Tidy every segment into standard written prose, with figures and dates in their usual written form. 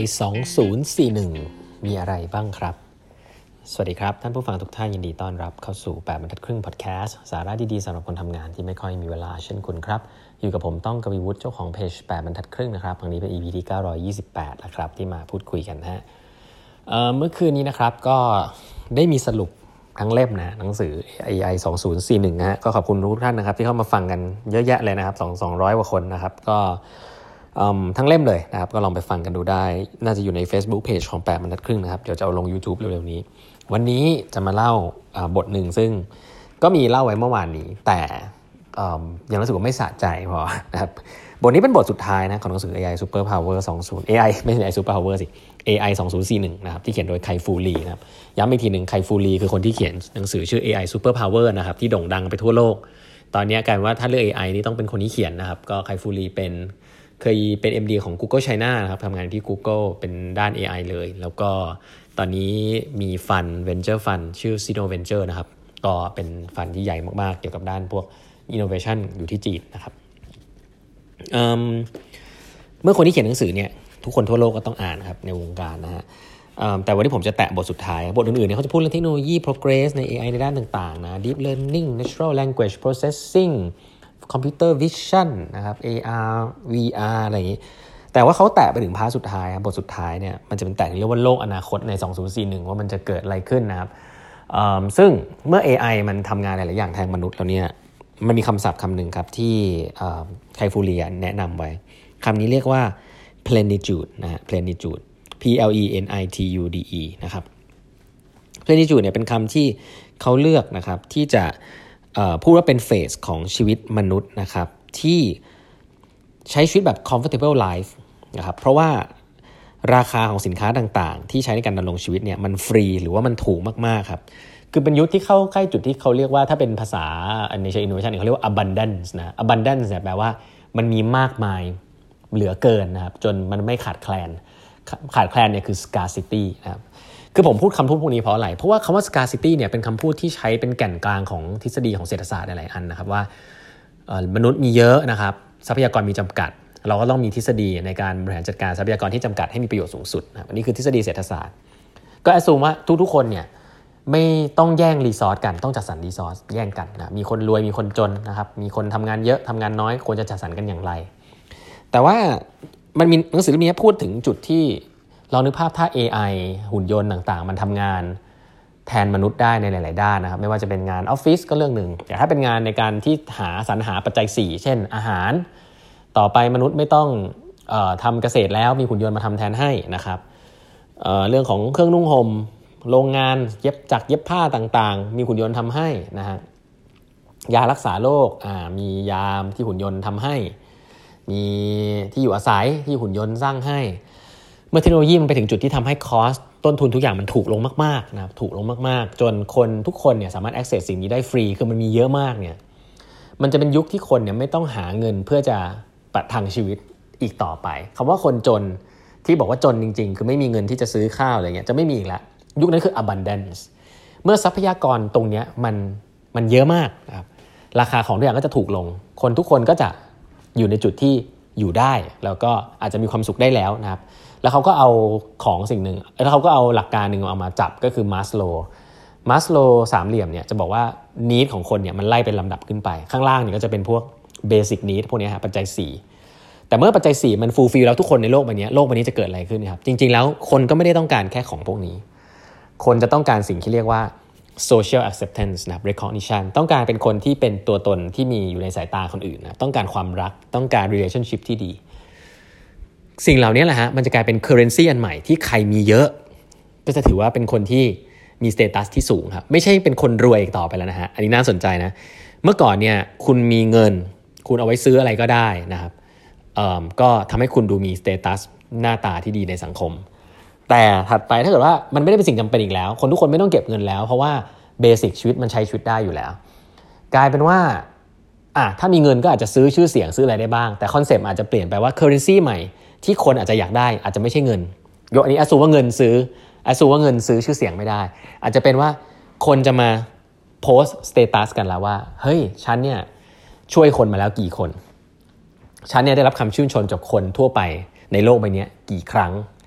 2041มีอะไรบ้างครับสวัสดีครับท่านผู้ฟังทุกท่านยินดีต้อนรับเข้าสู่8บรรทัดครึ่งพอดแคสต์สาระดีๆสำหรับคนทำงานที่ไม่ค่อยมีเวลาเช่นคุณครับอยู่กับผมต้องกวีวุฒิเจ้าของเพจ8บรรทัดครึ่งนะครับครั้งนี้เป็น EP ที่928นะครับที่มาพูดคุยกันนะฮะเมื่อคืนนี้นะครับก็ได้มีสรุปทั้งเล่มนะหนังสือ AI 2041นะฮะก็ขอบคุณทุกท่านนะครับที่เข้ามาฟังกันเยอะแยะเลยนะครับ200กว่าคนนะครับก็ทั้งเล่มเลยนะครับก็ลองไปฟังกันดูได้น่าจะอยู่ใน Facebook Page ของ8บรรทัดครึ่งนะครับเดี๋ยวจะเอาลง YouTube เร็วๆนี้วันนี้จะมาเล่าบทหนึ่งซึ่งก็มีเล่าไว้เมื่อวานนี้แต่ยังรู้สึกว่าไม่สะใจพอนะครับบทนี้เป็นบทสุดท้ายนะของหนังสือ AI Super Power 20 AI ไม่ใช่ AI Super Power สิ AI 2041นะครับที่เขียนโดยไคฟูลีนะครับย้ำอีกทีหนึ่งไคฟูลีคือคนที่เขียนหนังสือชื่อ AI Super Power นะครับที่โด่งดังไปทั่วโลกตอนนี้กลายว่าถ้าเลือก AI นี่ต้องเป็นคนที่เขียนนะครับก็ไคฟูลีเคยเป็น MD ของ Google China นะครับทำงานที่ Google เป็นด้าน AI เลยแล้วก็ตอนนี้มีฟัน Venture Fund ชื่อ Sino Venture นะครับก็เป็นฟันที่ใหญ่มากๆเกี่ยวกับด้านพวก Innovation อยู่ที่จีนนะครับเมื่อคนที่เขียนหนังสือเนี่ยทุกคนทั่วโลกก็ต้องอ่านครับในวงการนะฮะแต่วันนี้ผมจะแตะบทสุดท้ายบทอื่นๆเนี่ยเขาจะพูดเรื่องเทคโนโลยี progress ใน AI ในด้านต่างๆนะ deep learning natural language processing computer vision นะครับ AR VR อะไรอย่างนี้แต่ว่าเขาแตะไปถึงพาร์ทสุดท้ายบทสุดท้ายเนี่ยมันจะเป็นแตะถึงเรียกว่าโลกอนาคตใน2041ว่ามันจะเกิดอะไรขึ้นนะครับซึ่งเมื่อ AI มันทำงานหลายๆอย่างแทนมนุษย์แล้วเนี่ยมันมีคำศัพท์คำหนึ่งครับที่ไคฟูลีแนะนำไว้คำนี้เรียกว่า plenitude นะฮะ plenitude P-L-E-N-I-T-U-D-E นะครับ plenitude เนี่ยเป็นคำที่เขาเลือกนะครับที่จะพูดว่าเป็นเฟสของชีวิตมนุษย์นะครับที่ใช้ชีวิตแบบ comfortable life นะครับเพราะว่าราคาของสินค้าต่างๆที่ใช้ในการดำรงชีวิตเนี่ยมันฟรีหรือว่ามันถูกมากๆครับคือเป็นยุคที่เข้าใกล้จุดที่เขาเรียกว่าถ้าเป็นภาษาในเชิง innovation เขาเรียกว่า abundance นะ abundance เนี่ยแปลว่ามันมีมากมายเหลือเกินนะครับจนมันไม่ขาดแคลนเนี่ยคือ scarcity นะครับคือผมพูดคำพูดพวกนี้เพราะอะไรเพราะว่าคำว่า scarcity เนี่ยเป็นคำพูดที่ใช้เป็นแก่นกลางของทฤษฎีของเศรษฐศาสตร์หลายอันนะครับว่ามนุษย์มีเยอะนะครับทรัพยากรมีจำกัดเราก็ต้องมีทฤษฎีในการบริหารจัดการทรัพยากรที่จำกัดให้มีประโยชน์สูงสุดนะอันนี้คือทฤษฎีเศรษฐศาสตร์ก็แอสซูมว่าทุกๆคนเนี่ยไม่ต้องแย่งรีซอสกันต้องจัดสรรรีซอสแย่งกันนะมีคนรวยมีคนจนนะครับมีคนทำงานเยอะทำงานน้อยควรจะจัดสรรกันอย่างไรแต่ว่ามันมีหนังสือเล่มนี้พูดถึงจุดที่เรานึกภาพถ้า AI หุ่นยนต์ต่างๆมันทำงานแทนมนุษย์ได้ในหลายๆด้านนะครับไม่ว่าจะเป็นงานออฟฟิศก็เรื่องหนึ่งแต่ถ้าเป็นงานในการที่สรรหาปัจจัย4เช่นอาหารต่อไปมนุษย์ไม่ต้องทำเกษตรแล้วมีหุ่นยนต์มาทำแทนให้นะครับเรื่องของเครื่องนุ่งห่มโรงงานเย็บผ้าต่างๆมีหุ่นยนต์ทำให้นะฮะยารักษาโรคมียาที่หุ่นยนต์ทำให้มีที่อยู่อาศัยที่หุ่นยนต์สร้างให้เมื่อเทคโนโลยีมันไปถึงจุดที่ทำให้คอสต้นทุนทุกอย่างมันถูกลงมากๆนะครับถูกลงมากๆจนคนทุกคนเนี่ยสามารถ access สิ่งนี้ได้ฟรีคือมันมีเยอะมากเนี่ยมันจะเป็นยุคที่คนเนี่ยไม่ต้องหาเงินเพื่อจะประทังชีวิตอีกต่อไปคำว่าคนจนที่บอกว่าจนจริงๆคือไม่มีเงินที่จะซื้อข้าวอะไรเงี้ยจะไม่มีอีกแล้วยุคนั้นคือ abundance เมื่อทรัพยากรตรงเนี้ยมันเยอะมากนะครับราคาของทุกอย่างก็จะถูกลงคนทุกคนก็จะอยู่ในจุดที่อยู่ได้แล้วก็อาจจะมีความสุขได้แล้วนะครับแล้วเขาก็เอาของสิ่งหนึ่งแล้วเขาก็เอาหลักการหนึ่งเอามาจับก็คือมาสโลว์สามเหลี่ยมเนี่ยจะบอกว่า need ของคนเนี่ยมันไล่เป็นลำดับขึ้นไปข้างล่างเนี่ยก็จะเป็นพวก basic need พวกนี้ฮะปัจจัย4แต่เมื่อปัจจัย4มัน fulfill แล้วทุกคนในโลกใบนี้จะเกิดอะไรขึ้นครับจริงๆแล้วคนก็ไม่ได้ต้องการแค่ของพวกนี้คนจะต้องการสิ่งที่เรียกว่า social acceptance นะ recognition ต้องการเป็นคนที่เป็นตัวตนที่มีอยู่ในสายตาคนอื่นนะต้องการความรักต้องการ relationship ที่ดีสิ่งเหล่านี้แหละฮะมันจะกลายเป็น currency อันใหม่ที่ใครมีเยอะก็จะถือว่าเป็นคนที่มี status ที่สูงครับไม่ใช่เป็นคนรวยอีกต่อไปแล้วนะฮะอันนี้น่าสนใจนะเมื่อก่อนเนี่ยคุณมีเงินคุณเอาไว้ซื้ออะไรก็ได้นะครับก็ทำให้คุณดูมี status หน้าตาที่ดีในสังคมแต่ถัดไปถ้าเกิดว่ามันไม่ได้เป็นสิ่งจำเป็นอีกแล้วคนทุกคนไม่ต้องเก็บเงินแล้วเพราะว่าเบสิกชีวิตมันใช้ชีวิตได้อยู่แล้วกลายเป็นว่าถ้ามีเงินก็อาจจะซื้อชื่อเสียงซื้ออะไรได้บ้างแต่คอนเซปต์อาจจะเปลี่ยนไปว่า currency ใหม่ที่คนอาจจะอยากได้อาจจะไม่ใช่เงินยกอันนี้อสูว่าเงินซื้อชื่อเสียงไม่ได้อาจจะเป็นว่าคนจะมาโพสต์สเตตัสกันแล้วว่าเฮ้ยฉันเนี่ยช่วยคนมาแล้วกี่คนฉันเนี่ยได้รับคำชื่นชมจากคนทั่วไปในโลกใบนี้กี่ครั้ง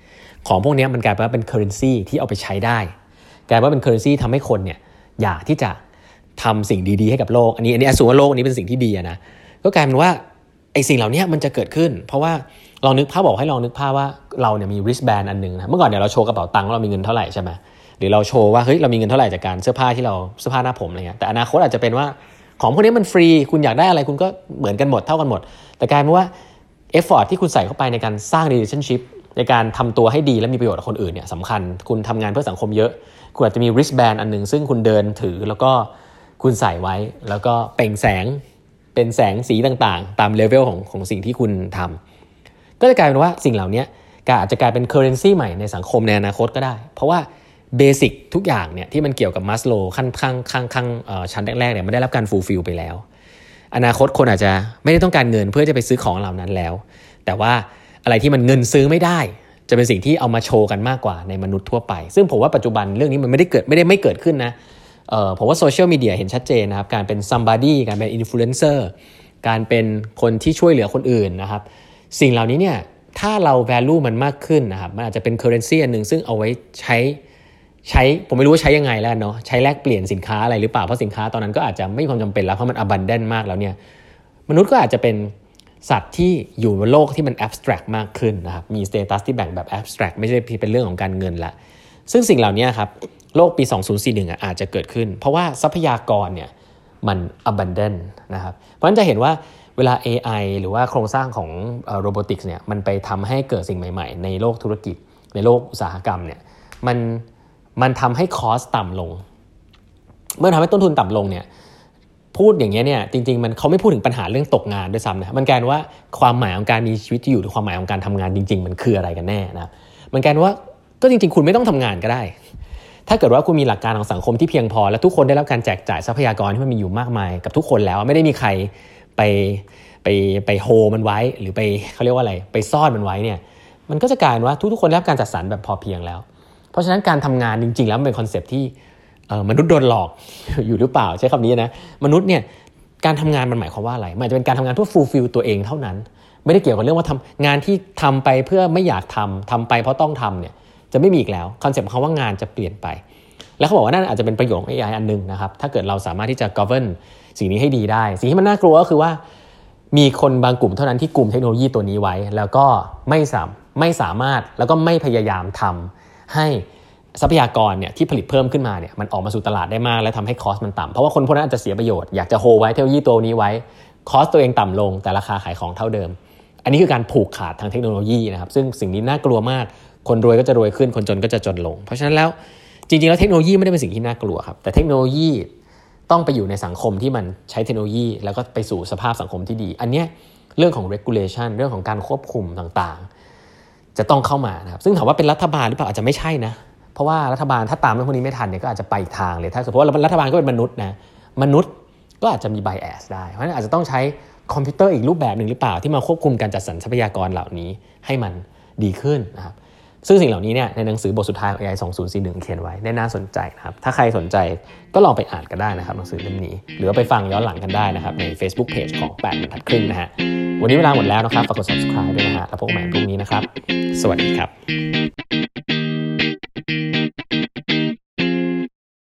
ของพวกนี้มันกลายเป็นว่าเป็น currency ที่เอาไปใช้ได้กลายเป็นว่าเป็น currency ทำให้คนเนี่ยอยากที่จะทำสิ่งดีๆให้กับโลกอันนี้สูงว่าโลกนี้เป็นสิ่งที่ดีนะก็กลายเป็นว่าไอ้สิ่งเหล่านี้มันจะเกิดขึ้นเพราะว่าลองนึกภาพบอกให้ลองนึกภาพว่าเราเนี่ยมี wristband อันนึงนะเมื่อก่อนเนี่ยเราโชว์กระเป๋าตังค์ว่าเรามีเงินเท่าไหร่ใช่ไหมหรือเราโชว์ว่าเฮ้ยเรามีเงินเท่าไหร่จากการเสื้อผ้าหน้าผมอะไรเงี้ยแต่อนาคตอาจจะเป็นว่าของพวกนี้มันฟรีคุณอยากได้อะไรคุณก็เหมือนกันหมดเท่ากันหมดแต่กลายเป็นว่า effort ที่คุณใส่เข้าไปในการสร้าง relationship ในการทำตัวให้ดีและมีประโยชน์กับคนอื่นเนี่ยสำคัญคุณทำงานเพื่อสังคมเยอะคุณอาจจะมี wristband อันนึงซึ่งคุณเดินถือแล้วก็คุณใส่ไว้แล้วก็เปล่งแสงเป็นแสงสีต่างๆตามเลเวลของสิ่งที่คุณทำก็จะกลายเป็นว่าสิ่งเหล่านี้อาจจะกลายเป็น currency ใหม่ในสังคมในอนาคตก็ได้เพราะว่าเบสิกทุกอย่างเนี่ยที่มันเกี่ยวกับมัสโลว์ขั้นชั้นแรกๆเนี่ยไม่ได้รับการฟูลฟิลไปแล้วอนาคตคนอาจจะไม่ได้ต้องการเงินเพื่อจะไปซื้อของเหล่านั้นแล้วแต่ว่าอะไรที่มันเงินซื้อไม่ได้จะเป็นสิ่งที่เอามาโชว์กันมากกว่าในมนุษย์ทั่วไปซึ่งผมว่าปัจจุบันเรื่องนี้มันไม่เกิดขึ้นนะผมว่าโซเชียลมีเดียเห็นชัดเจนนะครับการเป็น somebody การเป็น influencer การเป็นคนที่ช่วยเหลือคนอื่นนะครับสิ่งเหล่านี้เนี่ยถ้าเรา value มันมากขึ้นนะครับมันอาจจะเป็น currency อันนึงซึ่งเอาไว้ใช้ผมไม่รู้ว่าใช้ยังไงแล้วเนาะใช้แลกเปลี่ยนสินค้าอะไรหรือเปล่าเพราะสินค้าตอนนั้นก็อาจจะไม่มีความจำเป็นแล้วเพราะมัน abundant มากแล้วเนี่ยมนุษย์ก็อาจจะเป็นสัตว์ที่อยู่บนโลกที่มัน abstract มากขึ้นนะครับมี status ที่แบ่งแบบ abstract ไม่ใช่เป็นเรื่องของการเงินละซึ่งสิ่งเหล่านี้ครับโลกปี2041อาจจะเกิดขึ้นเพราะว่าทรัพยากรเนี่ยมัน abundant นะครับเพราะฉะนั้นจะเห็นว่าเวลา AI หรือว่าโครงสร้างของrobotics เนี่ยมันไปทำให้เกิดสิ่งใหม่ๆในโลกธุรกิจในโลกอุตสาหกรรมเนี่ยมันทำให้คอสต่ำลงเมื่อทำให้ต้นทุนต่ำลงเนี่ยพูดอย่างเงี้ยเนี่ยจริงๆมันเขาไม่พูดถึงปัญหาเรื่องตกงานด้วยซ้ำนะมันกลายว่าความหมายของการมีชีวิตอยู่หรือความหมายของการทำงานจริงๆมันคืออะไรกันแน่นะมันกลายว่าก็จริงๆคุณไม่ต้องทำงานก็ได้ถ้าเกิดว่าคุณมีหลักการของสังคมที่เพียงพอและทุกคนได้รับการแจกจ่ายทรัพยากรที่มันมีอยู่มากมายกับทุกคนแล้วไม่ได้มีใครไปโฮมันไว้หรือไปเขาเรียกว่าอะไรไปซ่อนมันไว้เนี่ยมันก็จะกลายว่าทุกคนได้รับการจัดสรรแบบพอเพียงแล้วเพราะฉะนั้นการทำงานจริงๆแล้วมันเป็นคอนเซปต์ที่มนุษย์โดนหลอกอยู่หรือเปล่าใช้คำนี้นะมนุษย์เนี่ยการทำงานมันหมายความว่าอะไรมันจะเป็นการทำงานเพื่อฟูลฟิลตัวเองเท่านั้นไม่ได้เกี่ยวกับเรื่องว่าทำงานที่ทำไปเพื่อไม่อยากทำไปเพราะต้องทำเนี่ยจะไม่มีอีกแล้วคอนเซปต์ของคำว่างานจะเปลี่ยนไปแล้วเขาบอกว่านั่นอาจจะเป็นประโยชน์ของ AI อันนึงนะครับถ้าเกิดเราสามารถที่จะ govern สิ่งนี้ให้ดีได้สิ่งที่มันน่ากลัวก็คือว่ามีคนบางกลุ่มเท่านั้นที่กลุ่มเทคโนโลยีตัวนี้ไว้แล้วก็ไม่สามารถแล้วก็ไม่พยายามทำให้ทรัพยากรเนี่ยที่ผลิตเพิ่มขึ้นมาเนี่ยมันออกมาสู่ตลาดได้มากและทำให้คอสมันต่ำเพราะว่าคนพวกนั้นอาจจะเสียประโยชน์อยากจะโฮไว้เทคโนโลยีตัวนี้ไว้คอสตัวเองต่ำลงแต่ราคาขายของเท่าเดิมอันนี้คือการผูกขาดทางเทคโนโลยีนะครับซึ่งสิ่งนี้น่ากลัวมากคนรวยก็จะรวยขึ้นคนจนก็จะจนลงเพราะฉะนั้นแล้วจริงๆแล้วเทคโนโลยีไม่ได้เป็นสิ่งที่น่ากลัวครับแต่เทคโนโลยีต้องไปอยู่ในสังคมที่มันใช้เทคโนโลยีแล้วก็ไปสู่สภาพสังคมที่ดีอันเนี้ยเรื่องของ regulation เรื่องของการควบคุมต่างๆจะต้องเข้ามานะครับซึ่งถามว่าเป็นรัฐบาลหรือเปล่าอาจจะไม่ใช่นะเพราะว่ารัฐบาลถ้าตามเรื่องพวกนี้ไม่ทันเนี่ยก็อาจจะไปอีกทางเลยถ้าเพราะว่ารัฐบาลก็เป็นมนุษย์นะมนุษย์ก็อาจจะมี bias ได้เพราะฉะนั้นอาจจะต้องใช้คอมพิวเตอร์อีกรูปแบบหนึ่งหรือเปล่าที่มาควบคุมการจัดสรรทรัพยากรเหล่านี้ให้มันดีขึ้นนะครับซึ่งสิ่งเหล่านี้เนี่ยในหนังสือบทสุดท้ายของ AI 2041เขียนไว้ได้น่าสนใจนะครับถ้าใครสนใจก็ลองไปอ่านกันได้นะครับหนังสือเล่มนี้หรือว่าไปฟังย้อนหลังกันได้นะครับใน Facebook Page ของ8 บรรทัดครึ่งนะฮะวันนี้เวลาหมดแล้วนะครับฝากกด subscribe ด้วยนะฮะแล้วพบกันใหม่พรุ่งนี้นะครับสวัสดีครับ